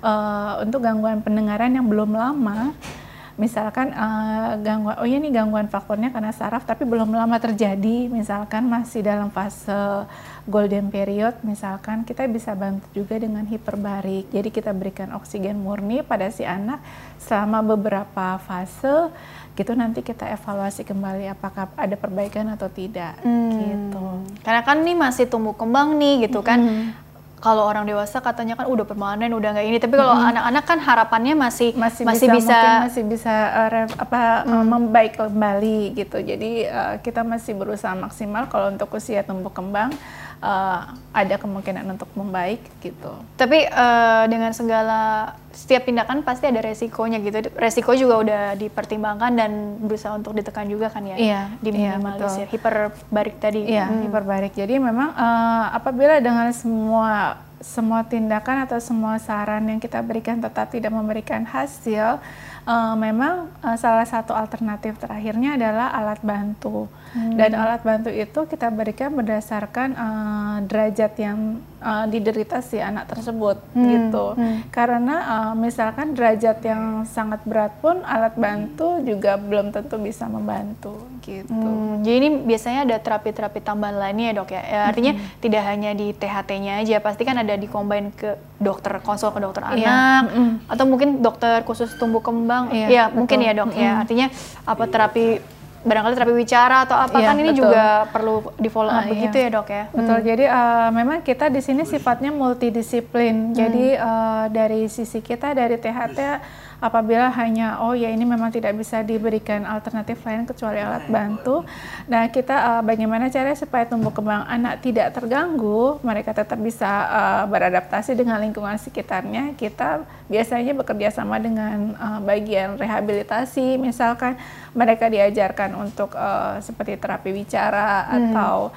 uh, untuk gangguan pendengaran yang belum lama. Misalkan uh, gangguan, oh ya ini gangguan faktornya karena saraf tapi belum lama terjadi, misalkan masih dalam fase golden period, misalkan kita bisa bantu juga dengan hiperbarik. Jadi kita berikan oksigen murni pada si anak selama beberapa fase, gitu nanti kita evaluasi kembali apakah ada perbaikan atau tidak, hmm. gitu. Karena kan ini masih tumbuh kembang nih, gitu kan. Hmm. Kalau orang dewasa katanya kan udah permanen, udah nggak ini. Tapi kalau mm-hmm. anak-anak kan harapannya masih masih, masih bisa, bisa masih bisa uh, re, apa mm. uh, membaik kembali gitu. Jadi uh, kita masih berusaha maksimal kalau untuk usia tumbuh kembang uh, ada kemungkinan untuk membaik gitu. Tapi uh, dengan segala setiap tindakan pasti ada resikonya gitu. Resiko juga udah dipertimbangkan dan berusaha untuk ditekan juga kan ya. Iya, diminimalisir. Iya, hiperbarik tadi. Iya, hmm. hiperbarik. Jadi memang uh, apabila dengan semua semua tindakan atau semua saran yang kita berikan tetap tidak memberikan hasil, uh, memang uh, salah satu alternatif terakhirnya adalah alat bantu. Hmm. Dan alat bantu itu kita berikan berdasarkan uh, derajat yang uh, diderita si anak tersebut, hmm. gitu. Hmm. Karena uh, misalkan derajat yang sangat berat pun alat bantu juga belum tentu bisa membantu, gitu. Hmm. Jadi ini biasanya ada terapi-terapi tambahan lainnya ya dok ya? Ya artinya hmm. tidak hanya di T H T-nya aja, pasti kan ada di combine ke dokter, konsul ke dokter anak, yeah. hmm. atau mungkin dokter khusus tumbuh kembang, yeah, ya betul. Mungkin ya dok hmm. ya. Artinya apa terapi barangkali terapi wicara atau apa ya, kan ini betul. Juga perlu di follow up ah, begitu iya. ya dok ya. Betul. Hmm. Jadi uh, memang kita di sini sifatnya multidisiplin. Hmm. Jadi uh, dari sisi kita dari T H T apabila hanya oh ya ini memang tidak bisa diberikan alternatif lain kecuali alat bantu. Nah kita uh, bagaimana caranya supaya tumbuh kembang anak tidak terganggu, mereka tetap bisa uh, beradaptasi dengan lingkungan sekitarnya. Kita biasanya bekerja sama dengan uh, bagian rehabilitasi, misalkan mereka diajarkan untuk uh, seperti terapi wicara hmm. atau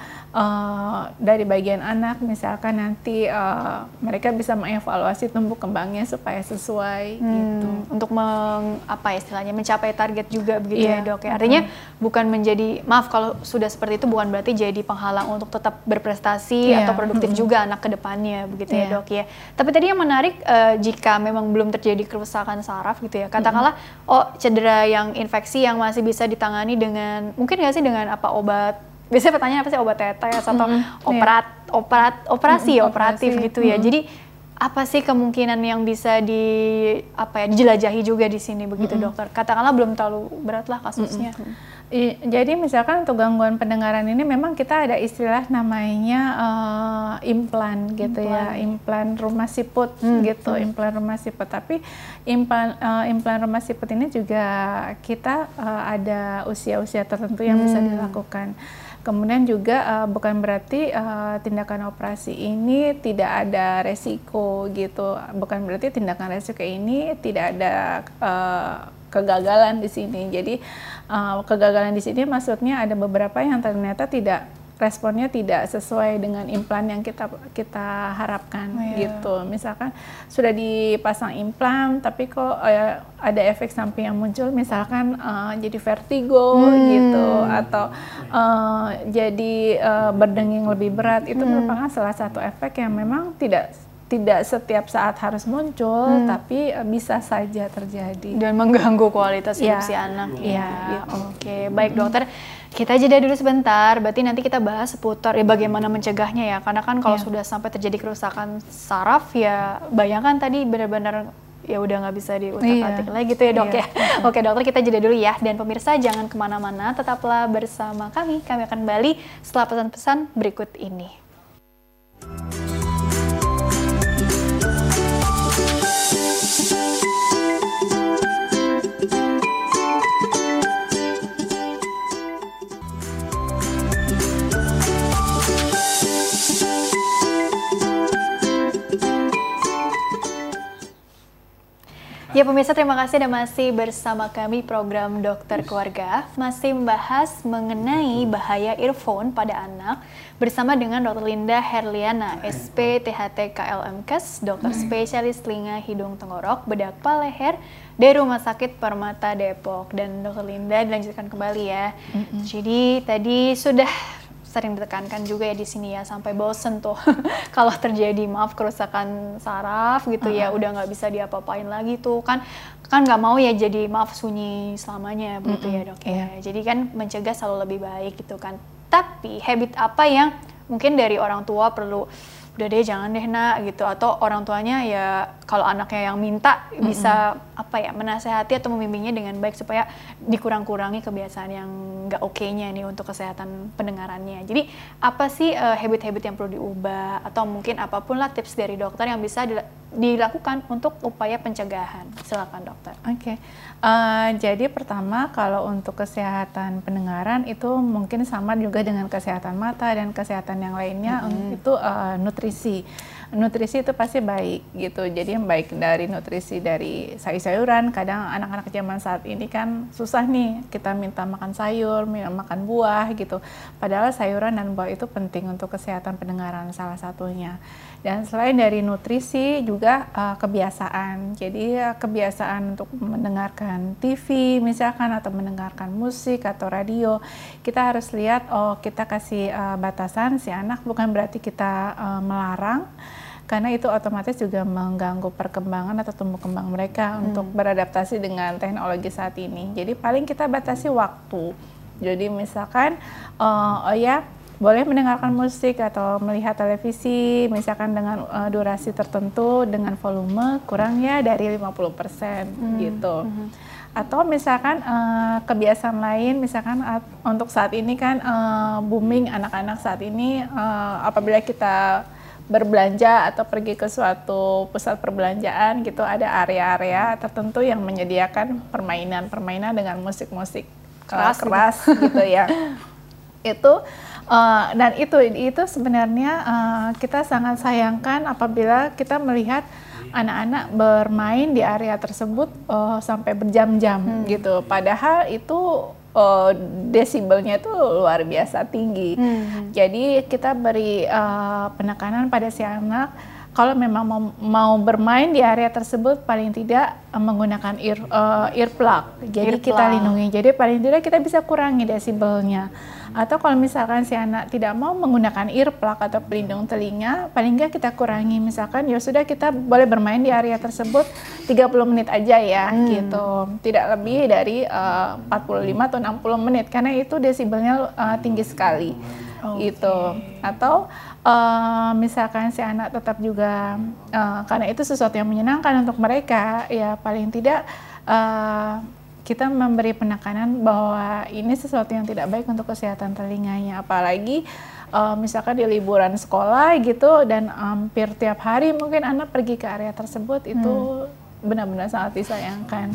uh, dari bagian anak misalkan nanti uh, mereka bisa mengevaluasi tumbuh kembangnya supaya sesuai hmm. gitu. Untuk meng, apa istilahnya mencapai target juga begitu yeah. ya dok ya. Artinya hmm. bukan menjadi, maaf kalau sudah seperti itu bukan berarti jadi penghalang untuk tetap berprestasi yeah. atau produktif hmm. juga anak kedepannya begitu yeah. ya dok ya. Tapi tadi yang menarik uh, jika memang belum terjadi kerusakan saraf gitu ya, katakanlah hmm. oh cedera yang infeksi yang masih bisa ditangani dengan mungkin nggak sih dengan apa obat, biasanya pertanyaan apa sih obat tetes atau mm-hmm. operat yeah. operat operasi mm-hmm. operatif operasi. Gitu ya. Mm-hmm. Jadi apa sih kemungkinan yang bisa di apa ya dijelajahi juga di sini begitu mm-hmm. dokter? Katakanlah belum terlalu berat lah kasusnya. Mm-hmm. I, jadi misalkan untuk gangguan pendengaran ini memang kita ada istilah namanya uh, implan gitu implan. ya, implan rumah siput hmm. gitu, hmm. implan rumah siput. Tapi implan uh, implan rumah siput ini juga kita uh, ada usia-usia tertentu yang hmm. bisa dilakukan. Kemudian juga uh, bukan berarti uh, tindakan operasi ini tidak ada resiko gitu, bukan berarti tindakan resiko ini tidak ada uh, kegagalan di sini. Jadi uh, kegagalan di sini maksudnya ada beberapa yang ternyata tidak responnya tidak sesuai dengan implan yang kita kita harapkan oh, iya. gitu. Misalkan sudah dipasang implan tapi kok uh, ada efek samping yang muncul, misalkan uh, jadi vertigo hmm. gitu atau uh, jadi uh, berdenging lebih berat, itu hmm. merupakan salah satu efek yang memang tidak tidak setiap saat harus muncul, hmm. tapi uh, bisa saja terjadi dan mengganggu kualitas hidup ya. si anak. Ya, ya. Gitu. Oke, baik dokter. Kita jeda dulu sebentar, berarti nanti kita bahas seputar ya bagaimana mencegahnya ya, karena kan kalau yeah. sudah sampai terjadi kerusakan saraf ya, bayangkan tadi benar-benar ya udah nggak bisa diutak-atik yeah. lagi gitu ya dok yeah. ya. Oke dokter, kita jeda dulu ya, dan pemirsa jangan kemana-mana, tetaplah bersama kami, kami akan kembali setelah pesan-pesan berikut ini. Ya pemirsa, terima kasih dan masih bersama kami program Dokter Keluarga, masih membahas mengenai bahaya earphone pada anak bersama dengan Dokter Linda Herliana, S P T H T K L M Kes, dokter spesialis telinga, hidung, tenggorok, bedak, kepala, leher dari Rumah Sakit Permata Depok. Dan Dokter Linda dilanjutkan kembali ya. Mm-hmm. Jadi tadi sudah sering ditekankan juga ya di sini ya, sampai bosen tuh kalau terjadi maaf kerusakan saraf gitu uh-huh. ya udah nggak bisa diapa-apain lagi tuh kan kan nggak mau ya jadi maaf sunyi selamanya begitu mm-hmm. ya dok yeah. ya. Jadi kan mencegah selalu lebih baik gitu kan. Tapi habit apa yang mungkin dari orang tua perlu, udah deh jangan deh nak gitu, atau orang tuanya ya kalau anaknya yang minta mm-hmm. bisa apa ya menasehati atau membimbingnya dengan baik supaya dikurang-kurangi kebiasaan yang nggak oke-nya nih untuk kesehatan pendengarannya. Jadi apa sih uh, habit-habit yang perlu diubah, atau mungkin apapun lah tips dari dokter yang bisa dil- dilakukan untuk upaya pencegahan. Silakan dokter. Oke, okay. uh, jadi pertama kalau untuk kesehatan pendengaran itu mungkin sama juga dengan kesehatan mata dan kesehatan yang lainnya, mm-hmm. itu uh, nutrisi. Nutrisi itu pasti baik gitu. Jadi yang baik dari nutrisi dari sayur-sayuran. Kadang anak-anak zaman saat ini kan susah nih, kita minta makan sayur, makan buah gitu. Padahal sayuran dan buah itu penting untuk kesehatan pendengaran salah satunya. Dan selain dari nutrisi juga uh, kebiasaan. Jadi uh, kebiasaan untuk mendengarkan T V misalkan, atau mendengarkan musik atau radio. Kita harus lihat, oh kita kasih uh, batasan si anak, bukan berarti kita uh, melarang, karena itu otomatis juga mengganggu perkembangan atau tumbuh kembang mereka hmm. untuk beradaptasi dengan teknologi saat ini. Jadi paling kita batasi waktu. Jadi misalkan, uh, oh ya boleh mendengarkan musik atau melihat televisi misalkan dengan uh, durasi tertentu dengan volume kurangnya dari lima puluh persen hmm. gitu. Hmm. Atau misalkan uh, kebiasaan lain, misalkan uh, untuk saat ini kan uh, booming anak-anak saat ini, uh, apabila kita berbelanja atau pergi ke suatu pusat perbelanjaan gitu, ada area-area tertentu yang menyediakan permainan-permainan dengan musik-musik keras, uh, keras gitu ya. Itu uh, dan itu itu sebenarnya uh, kita sangat sayangkan apabila kita melihat anak-anak bermain di area tersebut uh, sampai berjam-jam hmm. gitu. Padahal itu uh, desibelnya itu luar biasa tinggi. Hmm. Jadi kita beri uh, penekanan pada si anak, kalau memang mau, mau bermain di area tersebut paling tidak uh, menggunakan ear uh, earplug. Jadi earplug. Kita lindungi. Jadi paling tidak kita bisa kurangi desibelnya. Atau kalau misalkan si anak tidak mau menggunakan earplug atau pelindung telinga, paling nggak kita kurangi, misalkan ya sudah kita boleh bermain di area tersebut tiga puluh menit aja ya hmm. gitu. Tidak lebih dari uh, empat puluh lima atau enam puluh menit karena itu desibelnya uh, tinggi sekali. Okay. Gitu. Atau uh, misalkan si anak tetap juga uh, karena itu sesuatu yang menyenangkan untuk mereka, ya paling tidak uh, kita memberi penekanan bahwa ini sesuatu yang tidak baik untuk kesehatan telinganya. Apalagi uh, misalkan di liburan sekolah gitu dan hampir tiap hari mungkin anak pergi ke area tersebut, itu hmm. benar-benar sangat disayangkan.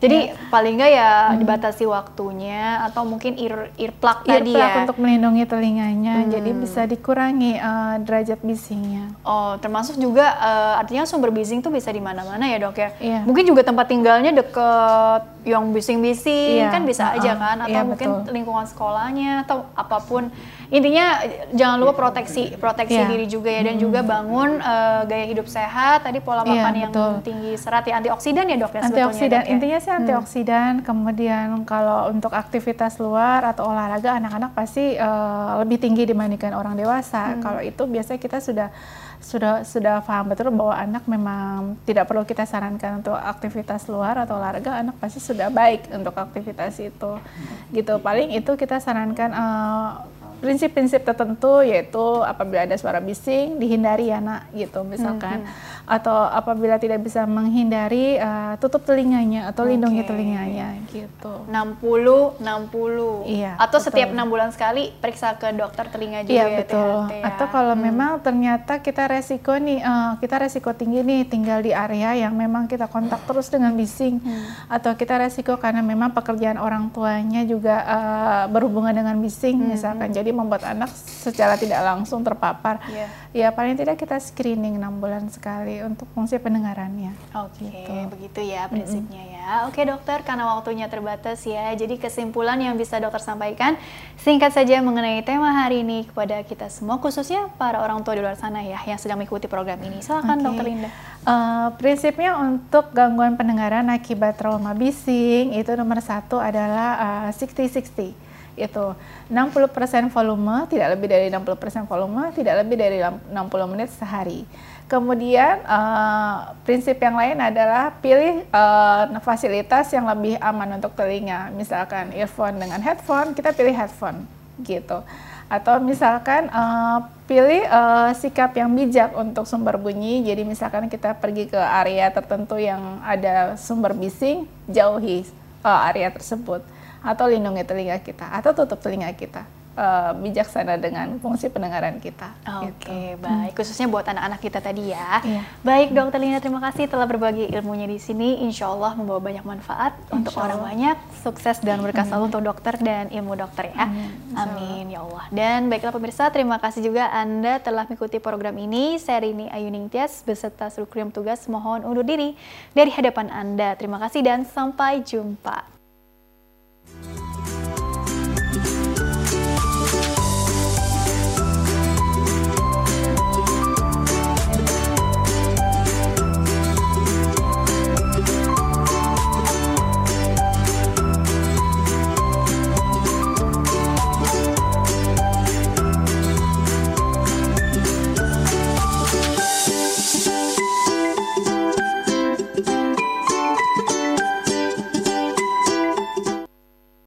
Jadi ya. paling nggak ya hmm. dibatasi waktunya atau mungkin ear earplug tadi earplug ya. untuk melindungi telinganya, Hmm. jadi bisa dikurangi uh, derajat bisingnya. Oh, termasuk juga uh, artinya sumber bising tuh bisa di mana-mana ya dok ya. Iya. Mungkin juga tempat tinggalnya deket yang bising-bising iya. kan bisa uh-uh. aja kan, atau iya, mungkin betul. lingkungan sekolahnya atau apapun. Intinya jangan lupa proteksi, proteksi iya. diri juga ya, dan hmm. juga bangun uh, gaya hidup sehat. Tadi pola makan iya, yang betul. tinggi serat ya, antioksidan ya dok ya. Antioksidan, dok, ya? intinya sih antioksidan. Hmm. Kemudian kalau untuk aktivitas luar atau olahraga, anak-anak pasti uh, lebih tinggi dibandingkan orang dewasa. Hmm. Kalau itu biasanya kita sudah sudah sudah paham betul bahwa anak memang tidak perlu kita sarankan untuk aktivitas luar atau olahraga, anak pasti sudah baik untuk aktivitas itu. Gitu. Paling itu kita sarankan uh, prinsip-prinsip tertentu, yaitu apabila ada suara bising dihindari ya nak, gitu misalkan. Hmm. Atau apabila tidak bisa menghindari, uh, tutup telinganya atau okay. lindungi telinganya gitu. enam puluh enam puluh. Iya. Atau betul. setiap enam bulan sekali periksa ke dokter telinga juga. Iya, ya, betul. T H T ya. Atau kalau hmm. memang ternyata kita resiko nih, uh, kita resiko tinggi nih tinggal di area yang memang kita kontak terus dengan bising, hmm. atau kita resiko karena memang pekerjaan orang tuanya juga uh, berhubungan dengan bising, hmm. misalkan, jadi membuat anak secara tidak langsung terpapar. Yeah. Ya paling tidak kita screening enam bulan sekali untuk fungsi pendengarannya. Oke, okay, gitu. Begitu ya prinsipnya mm-hmm. ya. Oke okay, dokter, karena waktunya terbatas ya, jadi kesimpulan yang bisa dokter sampaikan singkat saja mengenai tema hari ini kepada kita semua, khususnya para orang tua di luar sana ya yang sedang mengikuti program ini. Silakan okay. dokter Linda. Uh, prinsipnya untuk gangguan pendengaran akibat trauma bising itu nomor satu adalah uh, enam puluh enam puluh. Itu enam puluh persen volume, tidak lebih dari enam puluh persen volume, tidak lebih dari enam puluh menit sehari. Kemudian uh, prinsip yang lain adalah pilih uh, fasilitas yang lebih aman untuk telinga. Misalkan earphone dengan headphone, kita pilih headphone gitu. Atau misalkan uh, pilih uh, sikap yang bijak untuk sumber bunyi. Jadi misalkan kita pergi ke area tertentu yang ada sumber bising, jauhi uh, area tersebut. Atau lindungi telinga kita, atau tutup telinga kita, uh, bijaksana dengan fungsi pendengaran kita. Oke, okay, gitu. baik. Hmm. Khususnya buat anak-anak kita tadi ya. Iya. Baik, dokter Linda, terima kasih telah berbagi ilmunya di sini. Insya Allah membawa banyak manfaat Insya untuk Allah. Orang banyak. Sukses dan berkah selalu untuk dokter dan ilmu dokter ya. Amin. Amin ya Allah. Dan baiklah pemirsa, terima kasih juga Anda telah mengikuti program ini. Saya Rini Ayuning Tias beserta seluruh kru tugas mohon undur diri dari hadapan Anda. Terima kasih dan sampai jumpa.